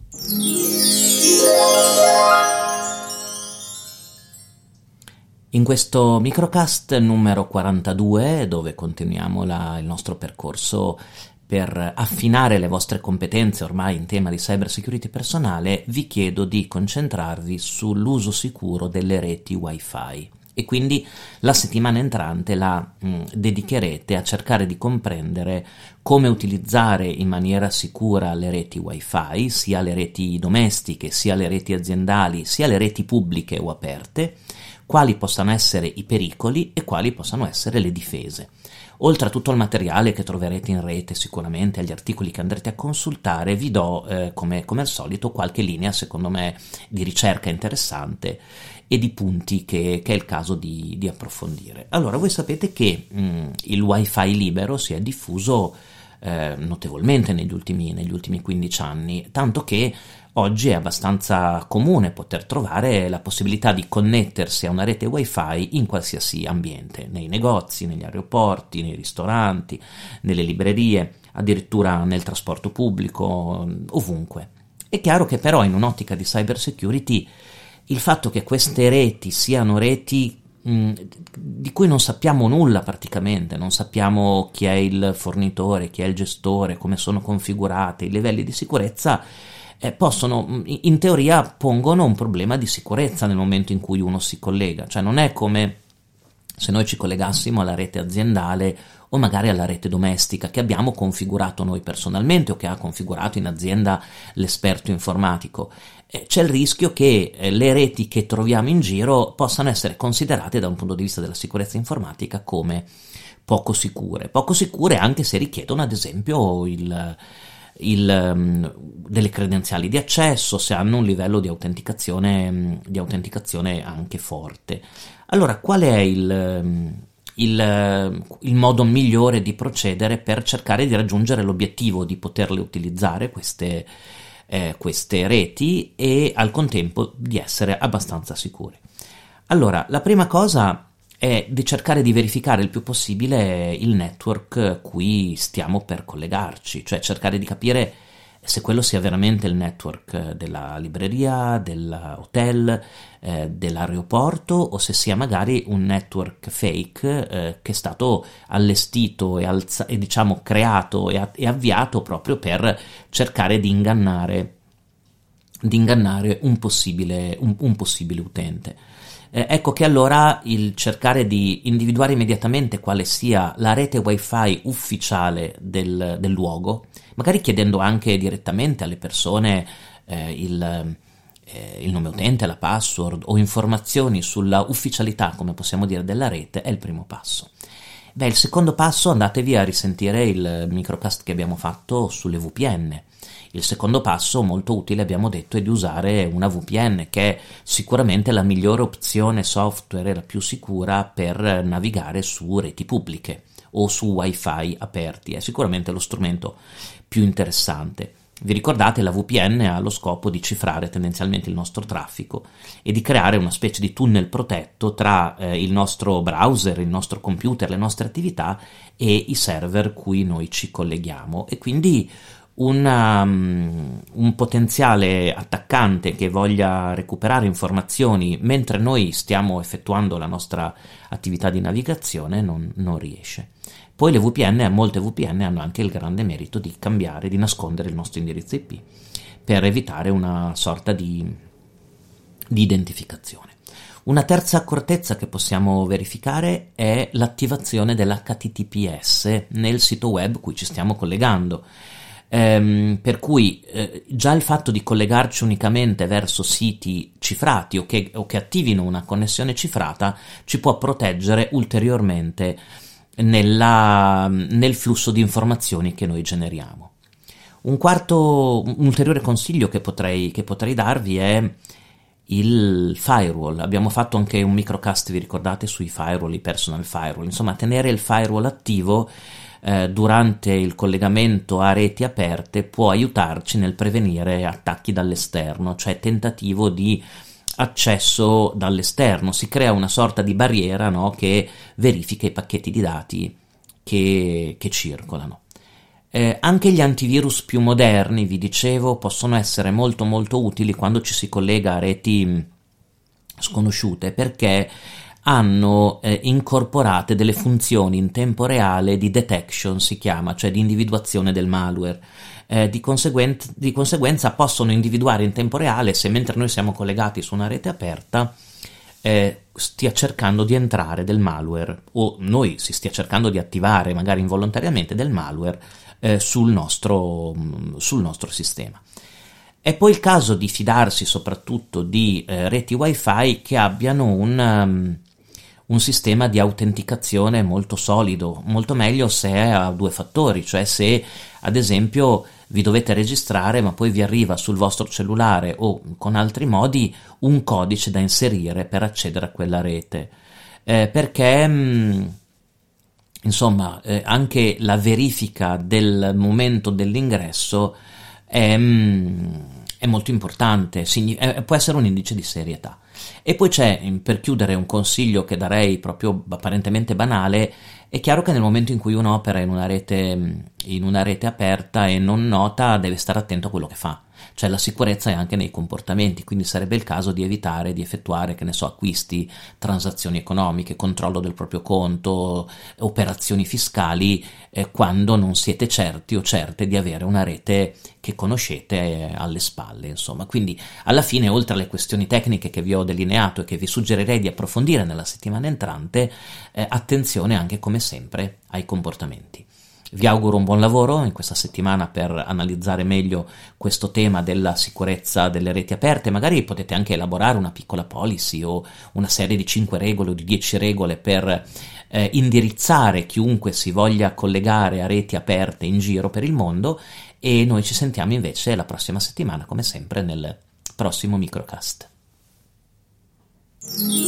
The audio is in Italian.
In questo microcast numero 42, dove continuiamo il nostro percorso per affinare le vostre competenze ormai in tema di cyber security personale, vi chiedo di concentrarvi sull'uso sicuro delle reti Wi-Fi. E quindi la settimana entrante la dedicherete a cercare di comprendere come utilizzare in maniera sicura le reti Wi-Fi, sia le reti domestiche, sia le reti aziendali, sia le reti pubbliche o aperte, quali possano essere i pericoli e quali possano essere le difese. Oltre a tutto il materiale che troverete in rete, sicuramente agli articoli che andrete a consultare, vi do come al solito qualche linea secondo me di ricerca interessante e di punti che è il caso di approfondire. Allora, voi sapete che il Wi-Fi libero si è diffuso notevolmente negli ultimi 15 anni, tanto che oggi è abbastanza comune poter trovare la possibilità di connettersi a una rete Wi-Fi in qualsiasi ambiente, nei negozi, negli aeroporti, nei ristoranti, nelle librerie, addirittura nel trasporto pubblico, ovunque. È chiaro che però in un'ottica di cyber security il fatto che queste reti siano reti di cui non sappiamo nulla praticamente, non sappiamo chi è il fornitore, chi è il gestore, come sono configurate, i livelli di sicurezza, possono, in teoria, pongono un problema di sicurezza nel momento in cui uno si collega. Cioè non è come se noi ci collegassimo alla rete aziendale o magari alla rete domestica che abbiamo configurato noi personalmente o che ha configurato in azienda l'esperto informatico. C'è il rischio che le reti che troviamo in giro possano essere considerate da un punto di vista della sicurezza informatica come poco sicure anche se richiedono ad esempio delle credenziali di accesso, se hanno un livello di autenticazione anche forte. Allora, qual è il modo migliore di procedere per cercare di raggiungere l'obiettivo di poterle utilizzare queste reti e al contempo di essere abbastanza sicure? Allora, la prima cosa è di cercare di verificare il più possibile il network cui stiamo per collegarci, cioè cercare di capire se quello sia veramente il network della libreria, dell'hotel, dell'aeroporto, o se sia magari un network fake che è stato allestito e diciamo creato e avviato proprio per cercare di ingannare un possibile utente. Ecco che allora il cercare di individuare immediatamente quale sia la rete Wi-Fi ufficiale del luogo, magari chiedendo anche direttamente alle persone il nome utente, la password o informazioni sulla ufficialità, come possiamo dire, della rete, è il primo passo. Il secondo passo, andatevi a risentire il microcast che abbiamo fatto sulle VPN. Il secondo passo, molto utile, abbiamo detto, è di usare una VPN, che è sicuramente la migliore opzione software e la più sicura per navigare su reti pubbliche o su Wi-Fi aperti. È sicuramente lo strumento più interessante. Vi ricordate, la VPN ha lo scopo di cifrare tendenzialmente il nostro traffico e di creare una specie di tunnel protetto tra il nostro browser, il nostro computer, le nostre attività e i server cui noi ci colleghiamo, e quindi un potenziale attaccante che voglia recuperare informazioni mentre noi stiamo effettuando la nostra attività di navigazione non riesce. Poi molte VPN hanno anche il grande merito di cambiare, di nascondere il nostro indirizzo IP per evitare una sorta di identificazione. Una terza accortezza che possiamo verificare è l'attivazione dell'HTTPS nel sito web cui ci stiamo collegando. Per cui già il fatto di collegarci unicamente verso siti cifrati o che attivino una connessione cifrata ci può proteggere ulteriormente nel flusso di informazioni che noi generiamo. Un ulteriore consiglio che potrei darvi è il firewall. Abbiamo fatto anche un microcast, vi ricordate, sui firewall, i personal firewall. Insomma, tenere il firewall attivo durante il collegamento a reti aperte può aiutarci nel prevenire attacchi dall'esterno, cioè tentativo di accesso dall'esterno. Si crea una sorta di barriera, no, che verifica i pacchetti di dati che circolano. Anche gli antivirus più moderni, vi dicevo, possono essere molto molto utili quando ci si collega a reti sconosciute, perché hanno incorporate delle funzioni in tempo reale di detection, si chiama, cioè di individuazione del malware. Di conseguenza possono individuare in tempo reale se, mentre noi siamo collegati su una rete aperta, stia cercando di entrare del malware, o noi si stia cercando di attivare magari involontariamente del malware sul nostro sistema. È poi il caso di fidarsi soprattutto di reti wifi che abbiano un sistema di autenticazione molto solido, molto meglio se è a due fattori, cioè se ad esempio vi dovete registrare ma poi vi arriva sul vostro cellulare o con altri modi un codice da inserire per accedere a quella rete, perché insomma anche la verifica del momento dell'ingresso è molto importante, può essere un indice di serietà. E poi c'è, per chiudere, un consiglio che darei proprio apparentemente banale. È chiaro che nel momento in cui uno opera in una rete aperta e non nota, deve stare attento a quello che fa. Cioè la sicurezza è anche nei comportamenti, quindi sarebbe il caso di evitare di effettuare, che ne so, acquisti, transazioni economiche, controllo del proprio conto, operazioni fiscali, quando non siete certi o certe di avere una rete che conoscete alle spalle, insomma. Quindi alla fine, oltre alle questioni tecniche che vi ho delineato e che vi suggerirei di approfondire nella settimana entrante, attenzione anche come sempre ai comportamenti. Vi auguro un buon lavoro in questa settimana per analizzare meglio questo tema della sicurezza delle reti aperte. Magari potete anche elaborare una piccola policy o una serie di 5 regole o di 10 regole per indirizzare chiunque si voglia collegare a reti aperte in giro per il mondo, e noi ci sentiamo invece la prossima settimana, come sempre, nel prossimo Microcast.